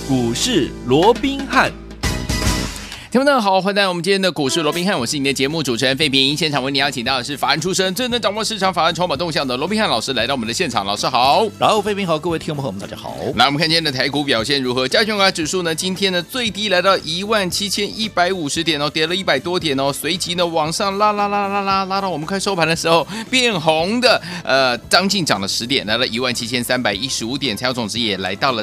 股市罗宾汉。 听众朋友好，欢迎来到我们今天的股市罗宾汉，我是你的节目主持人费平。现场为你邀请到的是法案出身、真正掌握市场法案筹码动向的罗宾汉老师来到我们的现场，老师好。 然后费平好，各位听众朋友们大家好。 来，我们看今天的台股表现如何？加权股价指数呢，今天呢最低来到17150点哦，跌了100多点哦，随即呢往上拉到我们快收盘的时候变红的，将近涨了10点，来到17315点，成交总值也来到了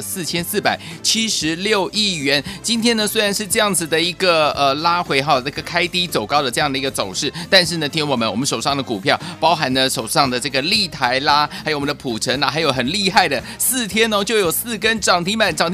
4476亿元。今天呢虽然是这样子的一个拉回哈，这个开低走高的这样的一个走势，但是呢，听众朋友们，我们手上的股票，包含呢手上的这个立台啦，还有我们的普成啦，还有很厉害的4天哦，就有4根涨停板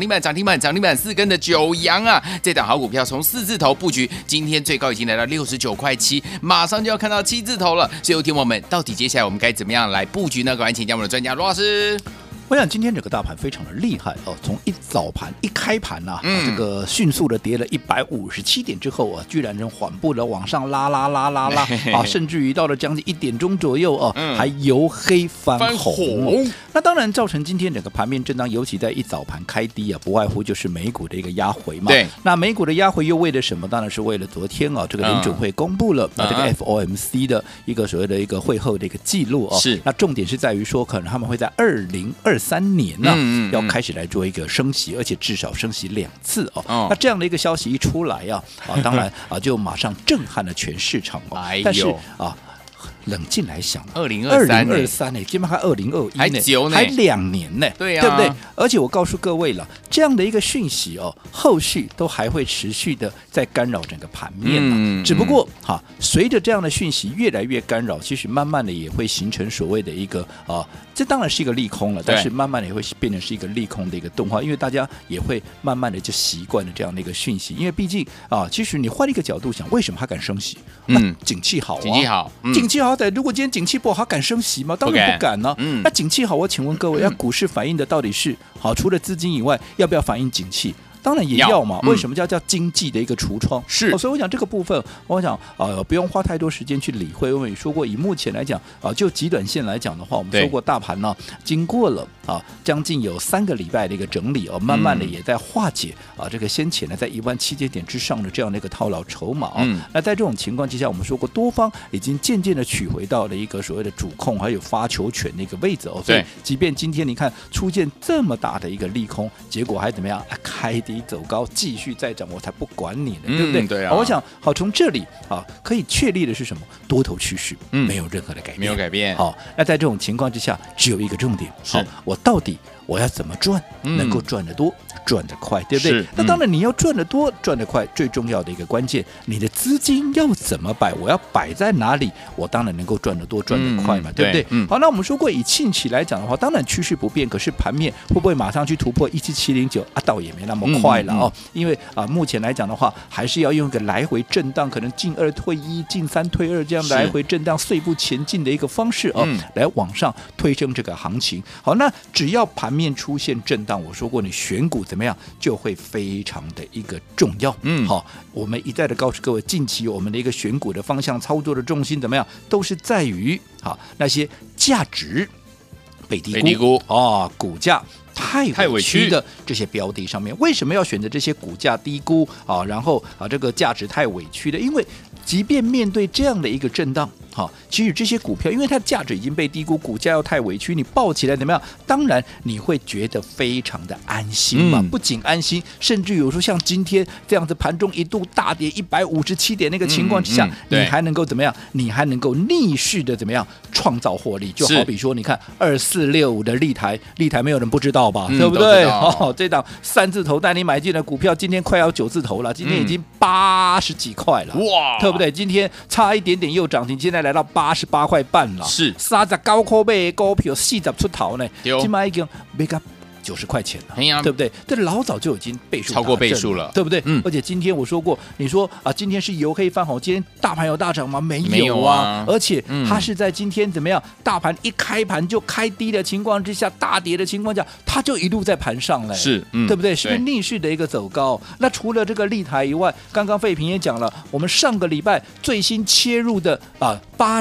，4根的九阳啊，这档好股票从4字头布局，今天最高已经来到69.7块，马上就要看到7字头了。所以，听众朋友们，到底接下来我们该怎么样来布局呢？赶快请教我们的专家罗老师。 我想今天整个大盘非常的厉害哦，从一早盘一开盘这个迅速的跌了157点之后居然能缓步的往上拉甚至于到了将近1点钟左右还由黑翻红那当然造成今天整个盘面震荡，尤其在一早盘开低不外乎就是美股的一个压回嘛。 对， 那美股的压回又为了什么？当然是为了昨天这个联准会公布了这个 FOMC 的一个所谓的一个会后的一个记录是， 那重点是在于说，可能他们会在2023年要开始来做一个升息，而且至少升息2次那这样的一个消息一出来当然就马上震撼了全市场但是冷静来想，2023呢，基本上2021 还久呢， 还2年呢， 对不对？而且我告诉各位了，这样的一个讯息后续都还会持续的在干扰整个盘面只不过随着这样的讯息越来越干扰，其实慢慢的也会形成所谓的一个这当然是一个利空了，但是慢慢的也会变成是一个利空的一个动画，因为大家也会慢慢的就习惯了这样的一个讯息，因为毕竟其实你换一个角度想，为什么他敢升息？景气好景气好。如果今天景气不好，他敢升息吗？当然不敢那景气好，我请问各位，股市反映的到底是除了资金以外，要不要反映景气？当然也要嘛，为什么叫经济的一个橱窗？ 是所以我讲这个部分，我想不用花太多时间去理会。因为说过，以目前来讲就极短线来讲的话，我们说过大盘呢经过了将近有3个礼拜的一个整理慢慢的也在化解这个先前呢在17000点之上的这样的一个套牢筹码那在这种情况之下，我们说过多方已经渐渐的取回到了一个所谓的主控还有发球权的一个位置所以即便今天你看出现这么大的一个利空，结果还怎么样开低走高，继续再涨，我才不管你呢，对不对？ 对我想从这里可以确立的是什么？多头趋势没有任何的改变， 没有改变。 那在这种情况之下，只有一个重点，我到底我要怎么赚能够赚得多赚得快，对不对？那当然你要赚得多赚得快，最重要的一个关键，你的资金要怎么摆，我要摆在哪里，我当然能够赚得多赚得快嘛，对不对？好，那我们说过以近期来讲的话，当然趋势不变，可是盘面会不会马上去突破17709倒也没那么快了因为目前来讲的话，还是要用一个来回震荡，可能进2退1进3退2这样来回震荡碎步前进的一个方式来往上推升这个行情。好，那只要盘面出现震荡，我说过你选股怎么样就会非常的一个重要好，我们一再的告诉各位，近期我们的一个选股的方向操作的重心怎么样，都是在于那些价值被低估股价太委屈的这些标的上面。为什么要选择这些股价低估然后这个价值太委屈的？因为即便面对这样的一个震荡其实这些股票因为它的价值已经被低估，股价又太委屈，你抱起来怎么样？当然你会觉得非常的安心嘛，不仅安心，甚至有时候像今天这样子盘中一度大跌157点那个情况之下你还能够怎么样？你还能够逆势的怎么样创造获利？就好比说你看2465的立台没有人不知道吧，对不对？这档3字头带你买进的股票今天快要9字头了，今天已经80几块了哇，对不对？今天差一点点又涨停，现在来到88块半了， 是 39块买的股票40出头呢，现在已经买到90块钱了，对不对？这老早就已经倍数超过倍数了， 对不对？而且今天我说过，你说今天是由黑翻红，今天大盘有大涨吗？没有啊，而且它是在今天怎么样？大盘一开盘就开低的情况之下，大跌的情况下，它就一路在盘上嘞， 是， 对不对？是不是逆势的一个走高？那除了这个立台以外，刚刚费平也讲了，我们上个礼拜最新切入的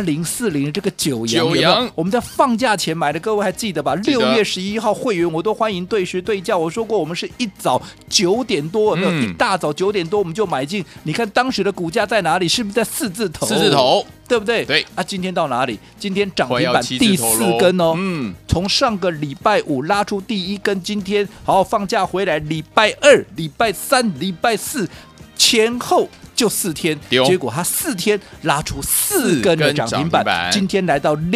8040这个九阳，我们在放假前买的，各位还记得吧？6月11号会员我都欢迎。 迎对时对价。我说过，我们是一早9点多，没有一大早9点多我们就买进。你看当时的股价在哪里？是不是在4字头？4 字头， 对不对？ 对啊，今天到哪里？今天涨停板第4根哦。从上个礼拜5拉出第1根，今天好放假回来，礼拜2、礼拜3、礼拜4前后。就4天，结果它4天拉出4根的涨停板，今天来到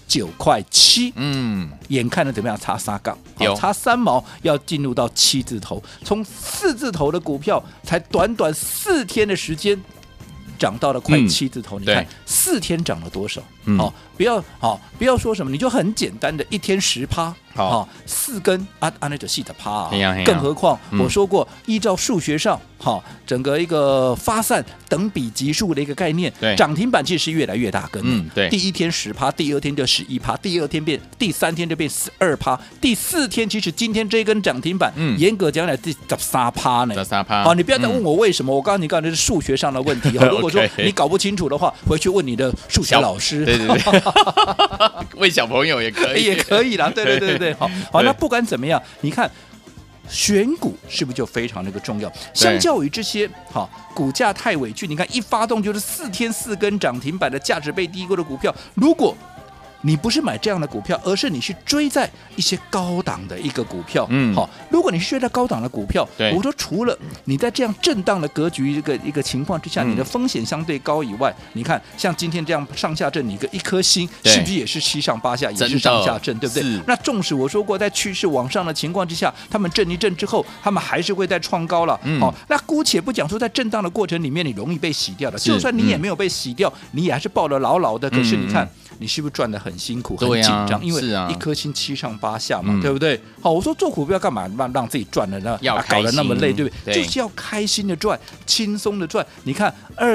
69.7，眼看着怎么样？差3杠，差3毛，要进入到7字头，从4字头的股票，才短短4天的时间。涨到了快7字头，你看4天涨了多少？不要说什么，你就很简单的1天10%，好，4根那就细的趴啊。更何况我说过，依照数学上，整个一个发散等比级数的一个概念，涨停板其实是越来越大根的。对，第1天10%，第2天就11%，第3天就变12%，第4天其实今天这根涨停板，严格讲来第13%呢。好，你不要再问我为什么，我告诉你，刚才是数学上的问题。如果说你搞不清楚的话，回去问你的数学老师。 对，问小朋友也可以， 也可以啦。对，好，那不管怎么样，你看选股是不是就非常的一个重要？相较于这些股价太委屈，你看一发动就是4天4根涨停板的价值被低估的股票，如果你不是买这样的股票，而是你去追在一些高档的一个股票。好，如果你是追在高档的股票，我说除了你在这样震荡的格局一个情况之下，你的风险相对高以外，你看像今天这样上下震，你一颗星是不是也是7上8下，也是上下震，对不对？那纵使我说过在趋势往上的情况之下，他们震一震之后，他们还是会再创高了。好，那姑且不讲说在震荡的过程里面你容易被洗掉的，就算你也没有被洗掉，你也还是抱得牢牢的。可是你看。你是不是赚得很辛苦、很紧张？因为一颗星7上8下嘛，对不对？好，我说做股票干嘛让自己赚的呢？搞得那么累，对不对？就是要开心的赚，轻松的赚。你看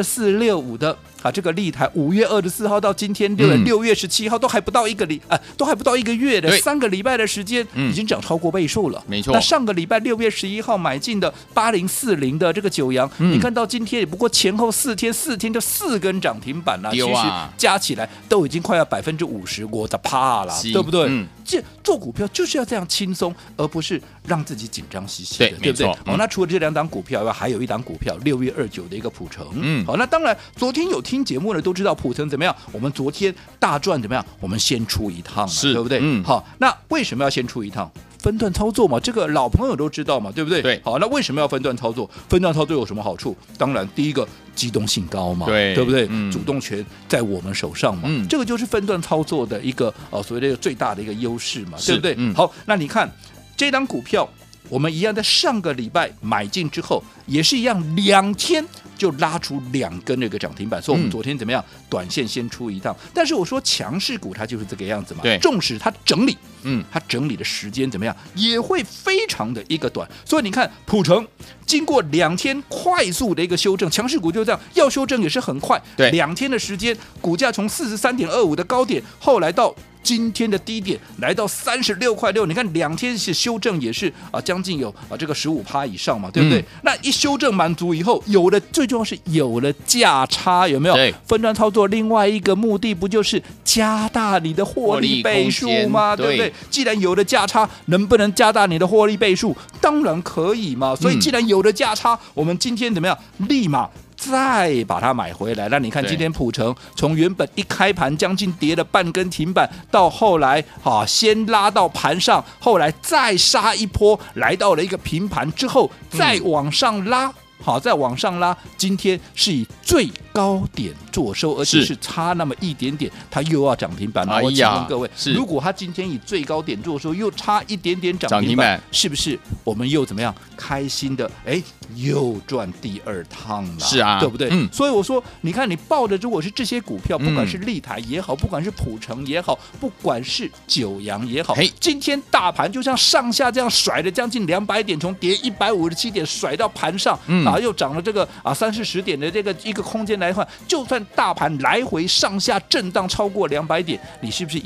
2465的。这个立台5月24号到今天6月17号都还不到一个月的3个礼拜的时间，已经涨超过倍数了。 没错。 那上个礼拜6月11号买进的8040的这个九阳，你看到今天也不过前后4天就4根涨停板了，其实加起来都已经快要50%，我的怕了，对不对？做股票就是要这样轻松，而不是让自己紧张兮兮的，对不对？好，那除了这2档股票以外，还有一档股票6月29的一个普成。好，那当然昨天有听节目的都知道普成怎么样，我们昨天大赚怎么样，我们先出一趟了，对不对？好，那为什么要先出一趟？分段操作嘛，这个老朋友都知道嘛，对不对？ 对。 好，那为什么要分段操作？分段操作有什么好处？当然，第一个机动性高嘛，对不对？主动权在我们手上嘛，这个就是分段操作的一个所谓的最大的一个优势嘛，对不对？好，那你看这档股票，我们一样在上个礼拜买进之后，也是一样2天。就拉出2根那个涨停板，所以我们昨天怎么样？短线先出一趟。但是我说强势股它就是这个样子嘛， 对， 纵使它整理，它整理的时间怎么样，也会非常的一个短。所以你看普成经过2天快速的一个修正，强势股就这样，要修正也是很快，对，2天的时间，股价从43.25的高点，后来到今天的低点来到36块6，你看2天是修正也是将近有这个15%以上嘛，对不对？那一修正满足以后，最重要是有了价差，有没有？分段操作另外一个目的不就是加大你的获利倍数吗？对不对？既然有了价差，能不能加大你的获利倍数？当然可以嘛。所以既然有了价差，我们今天怎么样？立马再把它买回来。那你看今天普成从原本一开盘将近跌了半根停板，到后来先拉到盘上，后来再杀一波，来到了一个平盘之后，再往上拉。好，再往上拉，今天是以最高点做收，而且是差那么一点点，它又要涨停板了。我请问各位，如果它今天以最高点做收，又差一点点涨停板，是不是我们又怎么样开心的？又赚第2趟了，是啊，对不对？所以我说，你看你抱的如果是这些股票，不管是立台也好，不管是普成也好，不管是九阳也好，今天大盘就像上下这样甩了将近200点，从跌157点甩到盘上，又涨了这个30-40点的这个一个空间来换，就算大盘来回上下震荡超过200点，你是不是一样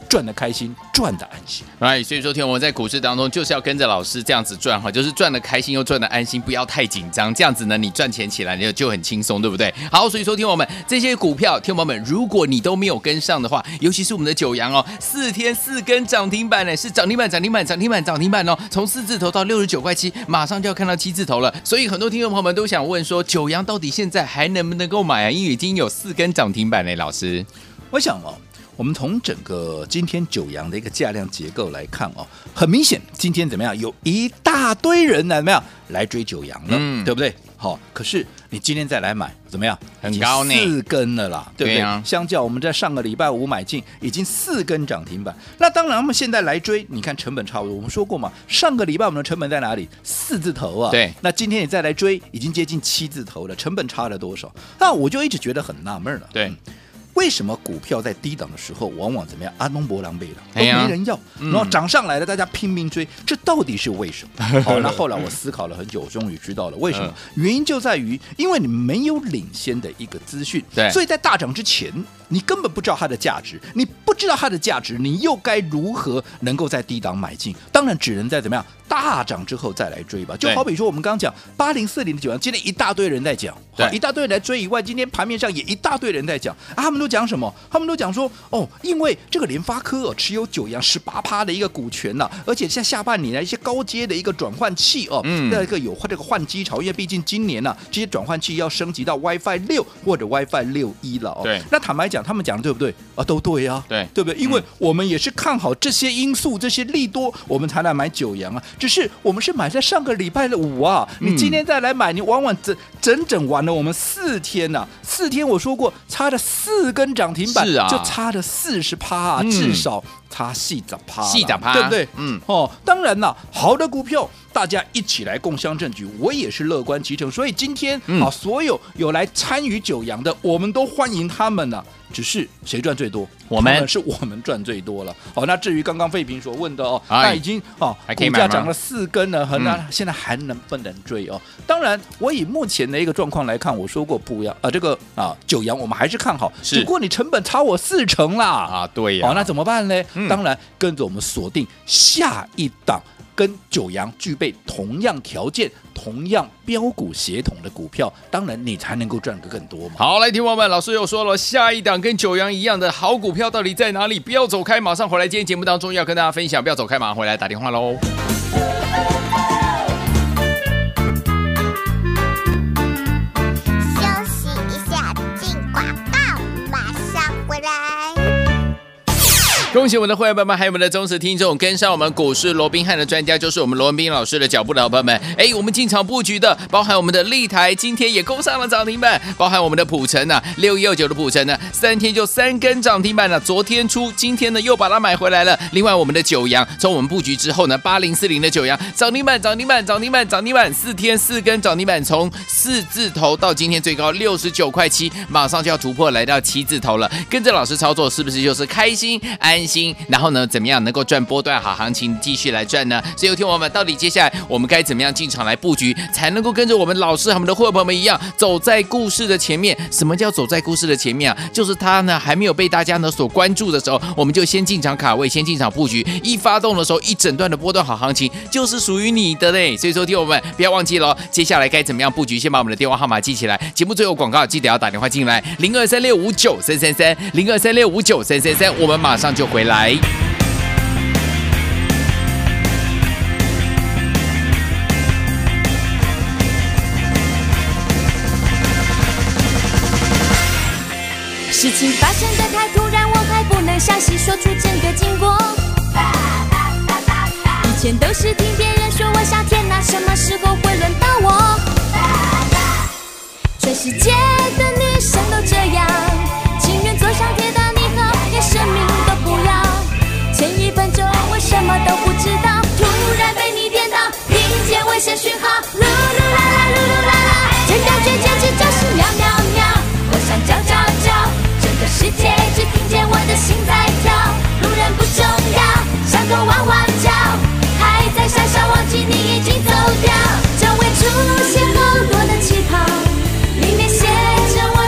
赚得开心，赚得安心。 所以说听我们在股市当中就是要跟着老师这样子赚哈，就是赚得开心又赚得安心，不要太紧张，这样子呢你赚钱起来你就很轻松，对不对？好，所以说听我们这些股票，听我们如果你都没有跟上的话，尤其是我们的九阳哦，4天4根涨停板呢，是涨停板涨停板涨停板涨停板哦，从4字头到69块7，马上就要看到7字头了。所以很多听众朋友们都想问说，九阳到底现在还能不能够买啊？因为已经有4根涨停板嘞，老师。 我想哦，我们从整个今天九阳的一个价量结构来看哦，很明显今天怎么样，有一大堆人怎么样来追九阳了，对不对？好，可是你今天再来买怎么样？ 很高呢 ，4根了啦，对不对？ 对啊， 相较我们在上个礼拜五买进，已经4根涨停板。那当然，我们现在来追，你看成本差不多。我们说过嘛，上个礼拜我们的成本在哪里？4字头啊。 对。 那今天你再来追，已经接近7字头了，成本差了多少？那我就一直觉得很纳闷了。 对。 为什么股票在低档的时候，往往怎么样？阿东博狼狈了，都没人要，然后涨上来了，大家拼命追，这到底是为什么？好，那后来我思考了很久，我终于知道了为什么。原因就在于，因为你没有领先的一个资讯，所以在大涨之前，你根本不知道它的价值，你不知道它的价值，你又该如何能够在低档买进？当然，只能在怎么样大涨之后再来追吧。就好比说，我们刚刚讲8040的九阳，今天一大堆人在讲，一大堆人来追以外，今天盘面上也一大堆人在讲啊，他们都讲什么？他们都讲说，哦，因为这个联发科持有九阳18%的一个股权呐，而且像下半年一些高阶的一个转换器哦，那个有这个换机潮，因为毕竟今年呢，这些转换器要升级到 WiFi 6或者 WiFi 6E 了哦。 对， 那坦白讲，他们讲的对不对啊？都对啊，对不对？因为我们也是看好这些因素、这些利多，我们才来买九阳啊。只是我们是买在上个礼拜的5啊，你今天再来买，你往往整玩了我们4天呐，4天我说过，差了4根涨停板，就差了40%啊，至少差40%，对不对？当然啦，好的股票大家一起来共襄盛举，我也是乐观其成。所以今天所有有来参与九阳的，我们都欢迎他们呐。只是谁赚最多？我们赚最多了。好，那至于刚刚废平所问的哦，那已经股价涨了4根了，那现在还能不能追哦？当然，我以目前的一个状况来看，我说过不要九阳我们还是看好，只不过你成本差我40%啦啊，对呀。 好，那怎么办呢？当然跟着我们锁定下一档。跟九阳具备同样条件、同样标股协同的股票，当然你才能够赚得更多嘛。 好，来听我们老师又说了，下一档跟九阳一样的好股票到底在哪里？不要走开，马上回来。今天节目当中要跟大家分享，不要走开，马上回来打电话喽。恭喜我们的会员朋友们，还有我们的忠实听众，跟上我们股市罗宾汉的专家，就是我们罗文彬老师的脚步的好朋友们。我们进场布局的，包含我们的立台，今天也攻上了涨停板，包含我们的普成啊，6129的普成呢，3天就3根涨停板了，昨天出，今天呢又把它买回来了。另外我们的九阳，从我们布局之后呢，8040的九阳涨停板，4天4根涨停板，从4字头到今天最高69块7，马上就要突破来到7字头了。跟着老师操作，是不是就是开心安心？然后呢，怎么样能够赚波段好行情，继续来赚呢？所以有听我们到底接下来我们该怎么样进场来布局，才能够跟着我们老师和我们的伙伴们一样，走在故事的前面？什么叫走在故事的前面啊？就是他呢还没有被大家呢所关注的时候，我们就先进场卡位，先进场布局，一发动的时候，一整段的波段好行情就是属于你的嘞。所以说听我们不要忘记了，接下来该怎么样布局，先把我们的电话号码记起来，节目最后广告记得要打电话进来，0236593330，0236593333，我们马上就回来。 事情发生的太突然，我还不能详细说出整个经过。以前都是听别人说，我想天哪，什么时候会轮到我？全世界的女生都这样，情愿坐上铁达尼号，连生命都不要。前1分钟我什么都不知道，突然被你电到，听见危险讯号，噜噜啦啦噜噜啦啦，这感觉简直就是喵喵喵，我想叫叫叫，整个世界只听见我的心在跳，路人不重要，像个汪汪叫，还在傻笑，忘记你已经走掉，周围出现好多的气泡，里面写着我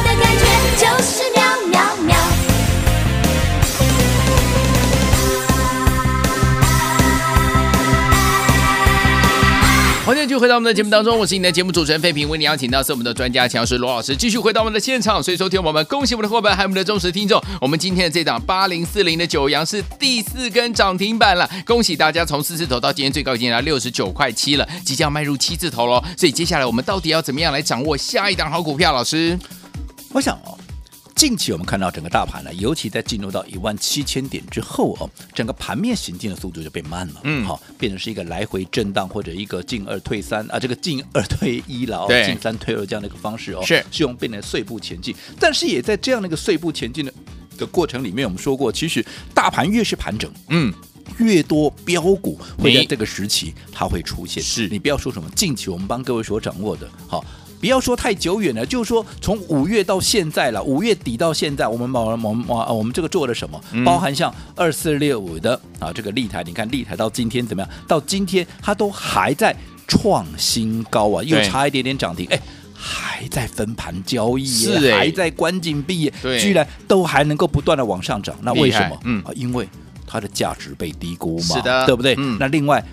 欢迎继续回到我们的节目当中，我是你的节目主持人费平，为你邀请到是我们的专家强势罗老师，继续回到我们的现场。所以收听我们，恭喜我们的伙伴还有我们的忠实听众。我们今天的这档8040的九阳是第4根涨停板了，恭喜大家从4字头到今天最高已经来到69.7块了，即将迈入7字头喽。所以接下来我们到底要怎么样来掌握下一档好股票？老师， 我想近期我们看到整个大盘呢，尤其在进入到17000点之后整个盘面行进的速度就变慢了，好，变成是一个来回震荡或者一个进2退3啊，这个进2退1了进3退2这样的一个方式是用变成碎步前进，但是也在这样的一个碎步前进的过程里面，我们说过，其实大盘越是盘整，越多标股会在这个时期它会出现，是你不要说什么近期我们帮各位所掌握的，好。不要说太久远了，就是说从5月到现在了，5月底到现在，我们这个做了什么？包含像2465的这个立台，你看立台到今天怎么样？到今天它都还在创新高啊，又差一点点涨停，还在分盘交易，还在关紧闭，居然都还能够不断的往上涨，那为什么？因为它的价值被低估嘛，是的，对不对？那另外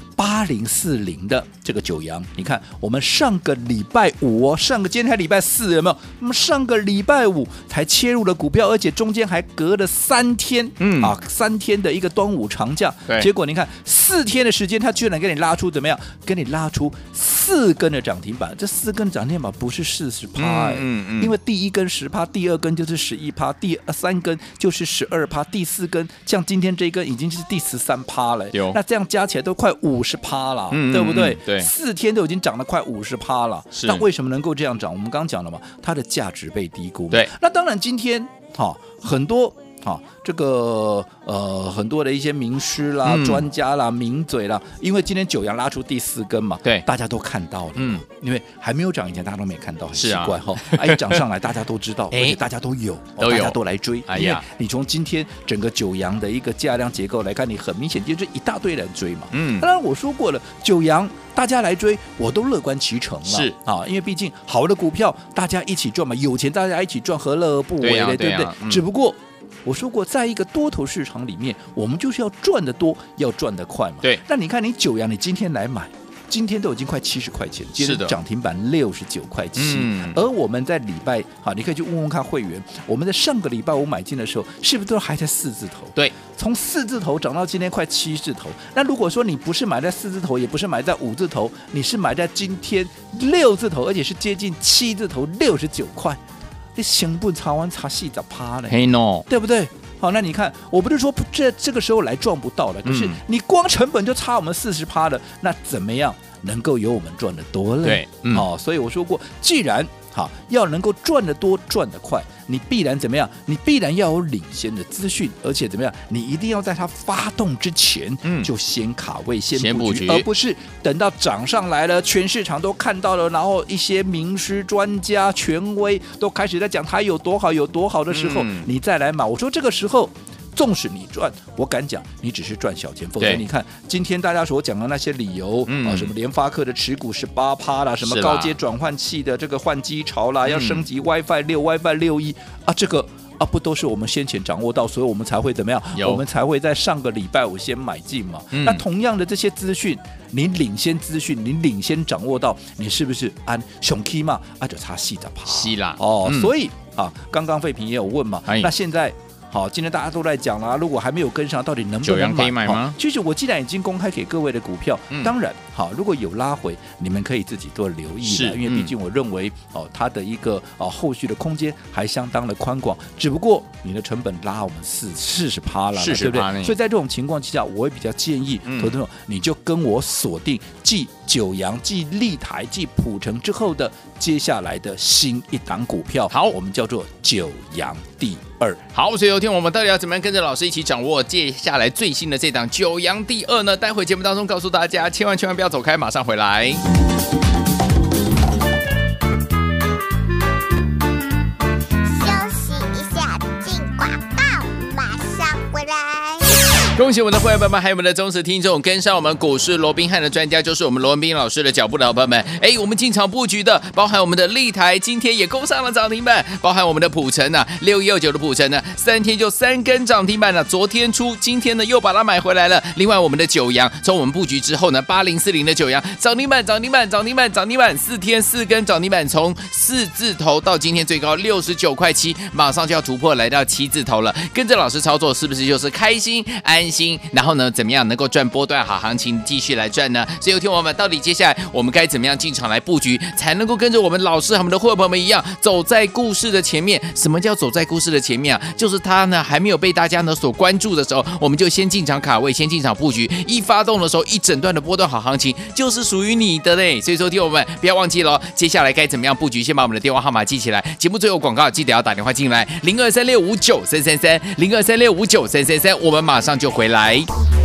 8040的这个九阳，你看我们上个礼拜五今天才礼拜4有没有？我们上个礼拜五才切入了股票，而且中间还隔了3天，3天的一个端午长假，结果你看4天的时间，它居然给你拉出怎么样？给你拉出4根的涨停板，这4根涨停板不是40%，因为第1根10%，第2根就是11%，第3根就是12%，第4根像今天这一根已经是第13%了，那这样加起来都快50%了，对不对？对，4天都已经涨了快50%了。那为什么能够这样涨？我们刚刚讲了嘛，它的价值被低估。对，那当然今天很多。这个很多的一些名师啦、专家啦、名嘴啦，因为今天九阳拉出第4根嘛，对，大家都看到了，因为还没有涨以前，大家都没看到，很奇怪一涨上来大家都知道，而且大家都有，大家都来追，因为你从今天整个九阳的一个价量结构来看，你很明显就是一大堆人追嘛，当然我说过了，九阳大家来追，我都乐观其成了，是因为毕竟好的股票大家一起赚嘛，有钱大家一起赚，何乐而不为呢？对不对？只不过。我说过，在一个多头市场里面，我们就是要赚得多，要赚得快嘛。对，那你看你九阳，你今天来买，今天都已经快70块钱，今天涨停板69.7块。而我们在礼拜你可以去问问看会员，我们在上个礼拜五买进的时候，是不是都还在4字头？对，从4字头涨到今天快7字头。那如果说你不是买在4字头，也不是买在5字头，你是买在今天6字头，而且是接近7字头69块。你成本差完差40%呢，对不对？好，那你看，我不是说这个时候来赚不到了，可是你光成本就差我们40%了，那怎么样能够有我们赚得多了？对，所以我说过，既然要能够赚得多、赚得快，你必然怎么样？你必然要有领先的资讯，而且怎么样？你一定要在它发动之前，就先卡位、先布局，而不是等到涨上来了，全市场都看到了，然后一些名师、专家、权威都开始在讲它有多好、有多好的时候，你再来买。我说这个时候。纵使你赚，我敢讲，你只是赚小钱。否则你看今天大家所讲的那些理由什么联发科的持股18%啦，什么高阶转换器的这个换机潮啦，要升级 WiFi 6、WiFi 6E这个不都是我们先前掌握到，所以我们才会怎么样？我们才会在上个礼拜五先买进嘛。那同样的这些资讯，你领先资讯，你领先掌握到，你是不是按熊 K 嘛？就差细的趴。是啦，所以刚刚废品也有问嘛，那现在。好，今天大家都在讲啦，如果还没有跟上，到底能不能买吗？其实我既然已经公开给各位的股票，当然好，如果有拉回，你们可以自己做留意的，因为毕竟我认为它的一个后续的空间还相当的宽广，只不过你的成本拉我们40%了，对不对？所以在这种情况之下，我会比较建议投资者你就跟我锁定继九阳、继立台、继普成之后的接下来的新一档股票，好，我们叫做九阳第2。 好，所以有天我们到底要怎么样跟着老师一起掌握接下来最新的这档九阳第2呢？待会节目当中告诉大家，千万不要走开，马上回来。 休息一下，进广告，马上回来。 恭喜我们的会员朋友们，还有我们的忠实听众，跟上我们股市罗宾汉的专家，就是我们罗文彬老师的脚步的好朋友们。我们进场布局的，包含我们的立台，今天也攻上了涨停板，包含我们的普成啊，6129的普成呢，3天就3根涨停板了，昨天出，今天呢又把它买回来了。另外我们的九阳，从我们布局之后呢，8040的九阳涨停板，4天4根涨停板，从4字头到今天最高69.7块，马上就要突破来到7字头了。跟着老师操作，是不是就是开心安心？然后呢，怎么样能够赚波段好行情，继续来赚呢？所以有听我们到底接下来我们该怎么样进场来布局，才能够跟着我们老师和我们的会员朋友们一样，走在故事的前面？什么叫走在故事的前面啊？就是它呢还没有被大家呢所关注的时候，我们就先进场卡位，先进场布局。一发动的时候，一整段的波段好行情就是属于你的嘞。所以说，听我们不要忘记了，接下来该怎么样布局？先把我们的电话号码记起来。节目最后广告记得要打电话进来，0236593333，0236593333，我们马上就回来。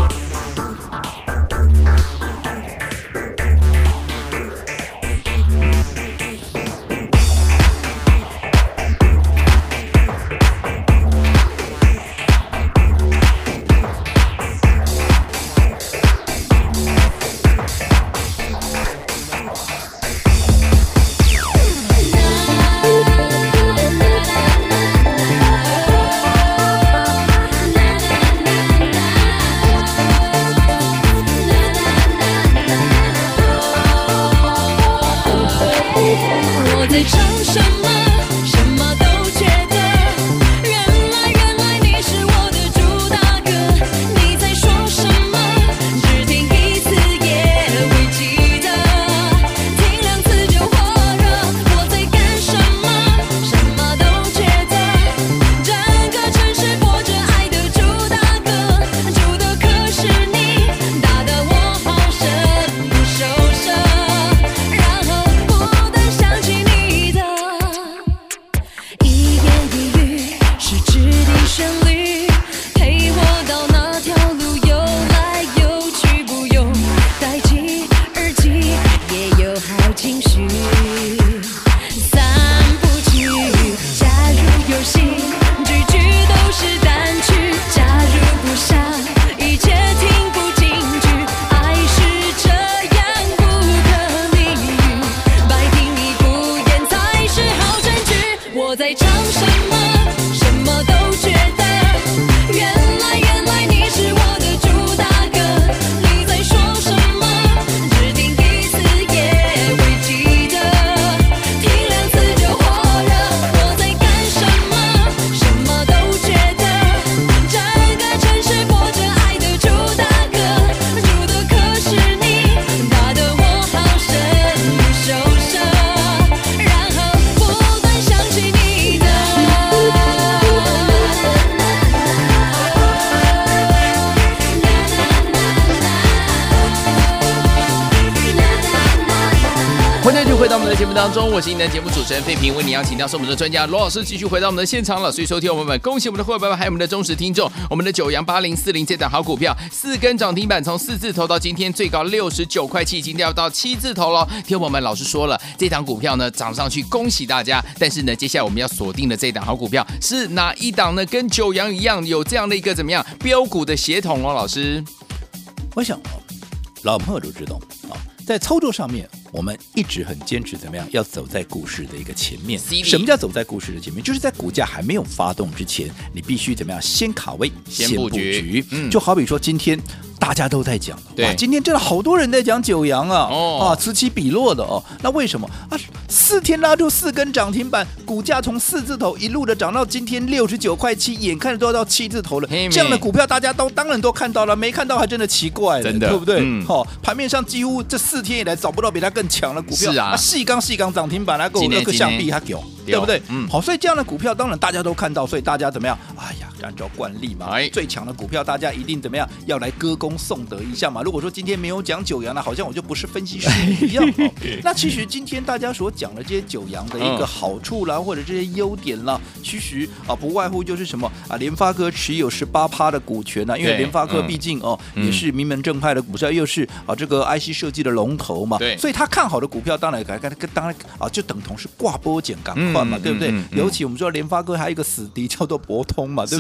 回到我们的节目当中，我是你的节目主持人费平，为你邀请到是我们的专家罗老师，继续回到我们的现场了。所以收听我们，恭喜我们的会员朋友们，还有我们的忠实听众，我们的九阳8040这档好股票，4根涨停板，从4字头到今天最高69块7，已经掉到7字头了。听我们老师说了，这档股票呢涨上去，恭喜大家。但是呢，接下来我们要锁定的这档好股票是哪一档呢？跟九阳一样，有这样的一个怎么样标股的协同哦，老师。 我想老朋友都知道在操作上面，我们一直很坚持怎么样，要走在股市的一个前面。什么叫走在股市的前面？就是在股价还没有发动之前，你必须怎么样，先卡位， 先布局。 就好比说今天大家都在讲，哇，今天真的好多人在讲九阳啊，此起彼落的哦。那为什么啊？4天拉出4根涨停板，股价从4字头一路的涨到今天69块7，眼看着都要到7字头了。这样的股票大家都当然都看到了，没看到还真的奇怪了， 真的对不对？盘面上几乎这4天以来找不到比它更强的股票。 是啊， 细钢涨停板，来给我2个象壁，它有，对不对？好，所以这样的股票当然大家都看到，所以大家怎么样？哎呀，按照惯例嘛，最强的股票大家一定怎么样？要来歌功颂德一下嘛。如果说今天没有讲九阳，那好像我就不是分析师一样。那其实今天大家所讲的这些九阳的一个好处啦，或者这些优点啦，其实不外乎就是什么联发科持有18%的股权因为联发科毕竟也是名门正派的股票，又是这个 IC 设计的龙头嘛，所以他看好的股票当然就等同是挂波捡赶快嘛，对不对？尤其我们说联发科还有一个死敌叫做博通嘛，对不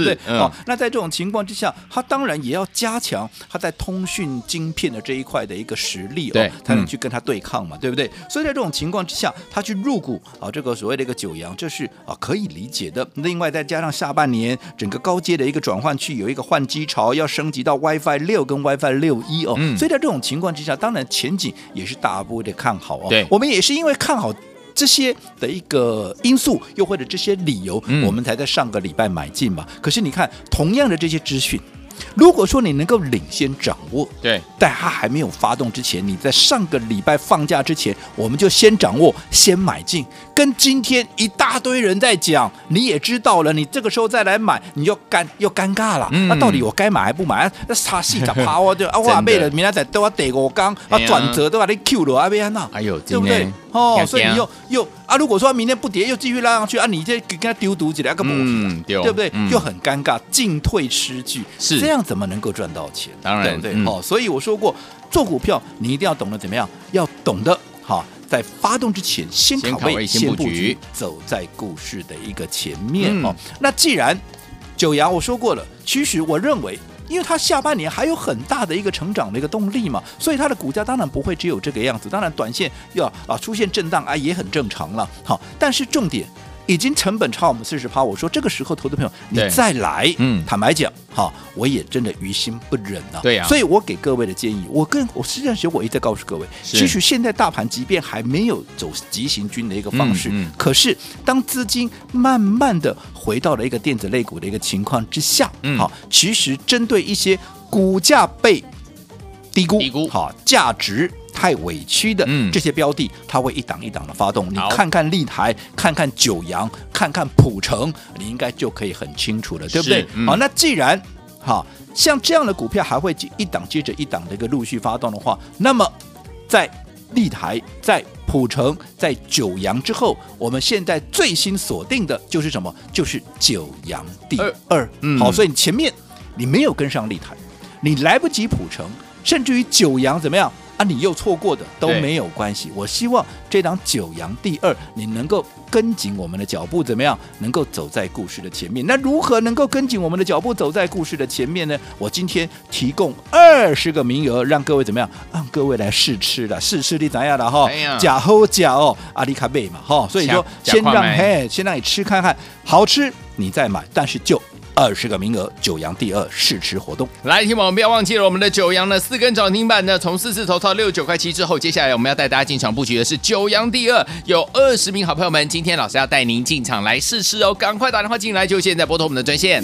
对？那在这种情况之下，它当然也要加强它在通讯晶片的这一块的一个实力才能去跟它对抗嘛，对不对？所以在这种情况之下，它去入股这个所谓的一个九阳，这是可以理解的。另外再加上下半年整个高阶的一个转换区有一个换机潮，要升级到 WiFi 6跟 WiFi 6E所以在这种情况之下，当然前景也是大波的看好对， 我们也是因为看好这些的一个因素，又或者这些理由，我们才在上个礼拜买进嘛。可是你看，同样的这些资讯，如果说你能够领先掌握， 对， 在它还没有发动之前，你在上个礼拜放假之前，我们就先掌握，先买进。跟今天一大堆人在讲，你也知道了，你这个时候再来买，你又尴尬了。那到底我该买还不买？那差细个趴我就我买了，明仔载都要第5天，转折都把你 Q 了，要安那？ 哎呦， 对不对？所以你又如果说明天不跌，又继续拉上去你这给他丢毒起来，对不对？又很尴尬，进退失据，是这样怎么能够赚到钱？ 当然， 对不对？所以我说过，做股票你一定要懂得怎么样，要懂得在发动之前先卡位、先布局，走在故事的一个前面那既然九阳我说过了，其实我认为，因为它下半年还有很大的一个成长的一个动力嘛，所以它的股价当然不会只有这个样子。当然，短线要出现震荡也很正常了。好，但是重点已经成本差我们40%，我说这个时候，投资朋友你再来，坦白讲，我也真的于心不忍了。 对呀， 所以我给各位的建议，我实际上我一直在告诉各位，其实现在大盘即便还没有走急行军的一个方式，可是当资金慢慢的回到了一个电子类股的一个情况之下，其实针对一些股价被低估，价值太委屈的这些标的，它会一档一档的发动。你看看立台，看看九阳，看看普成，你应该就可以很清楚了，对不对？好，那既然像这样的股票还会一档接着一档的一个陆续发动的话，那么在立台、在普成、在九阳之后，我们现在最新锁定的就是什么？就是九阳第二。好，所以前面你没有跟上立台，你来不及普成，甚至于九阳怎么样？你又错过的都没有关系。我希望这档九阳第二，你能够跟紧我们的脚步，怎么样？能够走在故事的前面。那如何能够跟紧我们的脚步，走在故事的前面呢？我今天提供20个名额，让各位怎么样？让各位来试吃了，试吃你怎样了哈？假好假哦，阿里卡贝嘛哈。所以说，先让你吃看看，好吃你再买，但是就20个名额，九阳第二试吃活动。 来，听众们不要忘记了，我们的九阳呢4根涨停板呢，从4字头到69块7之后，接下来我们要带大家进场布局的是九阳第二，有20名好朋友们，今天老师要带您进场来试吃哦，赶快打电话进来，就现在拨通我们的专线。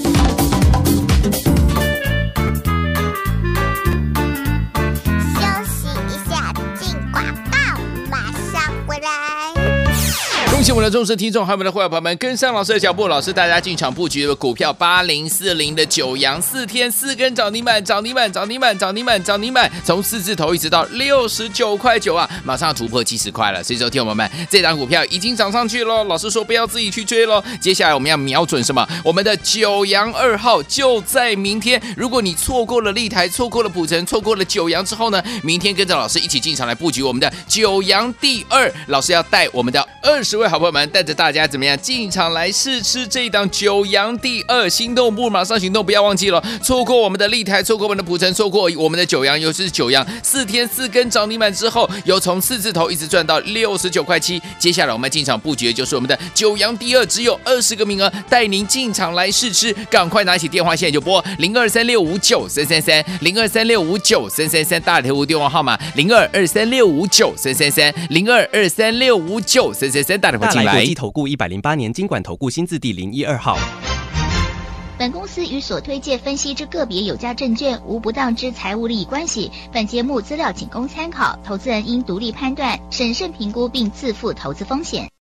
恭喜我们的忠实听众还有我们的会员朋友们跟上老师的脚步，老师大家进场布局的股票8040的九阳，4天4根涨停板，涨停板，涨停板，涨停板，涨停板，从4字头一直到69块9啊，马上突破70块了。所以说，听众朋友们，这档股票已经涨上去了，老师说不要自己去追咯。接下来我们要瞄准什么？我们的九阳2号就在明天。如果你错过了立台，错过了普成，错过了九阳之后呢，明天跟着老师一起进场来布局我们的九阳第二。老师要带我们的20位好朋友们，带着大家怎么样进场来试吃这一档九阳第二，心动不马上行动，不要忘记了，错过我们的立台，错过我们的普成，错过我们的九阳，尤其是九阳4天4根涨停板之后，有从4字头一直赚到69块7。接下来我们进场布局的就是我们的九阳第二，只有20个名额，带您进场来试吃，赶快拿起电话现在就拨0236593333 0236593333，大铁屋电话号码0223659333 0223659333，大电话进来。 大来国际投顾108年金管投顾新字第012号。 本公司与所推介分析之个别有价证券无不当之财务利益关系。本节目资料仅供参考，投资人应独立判断、审慎评估并自负投资风险。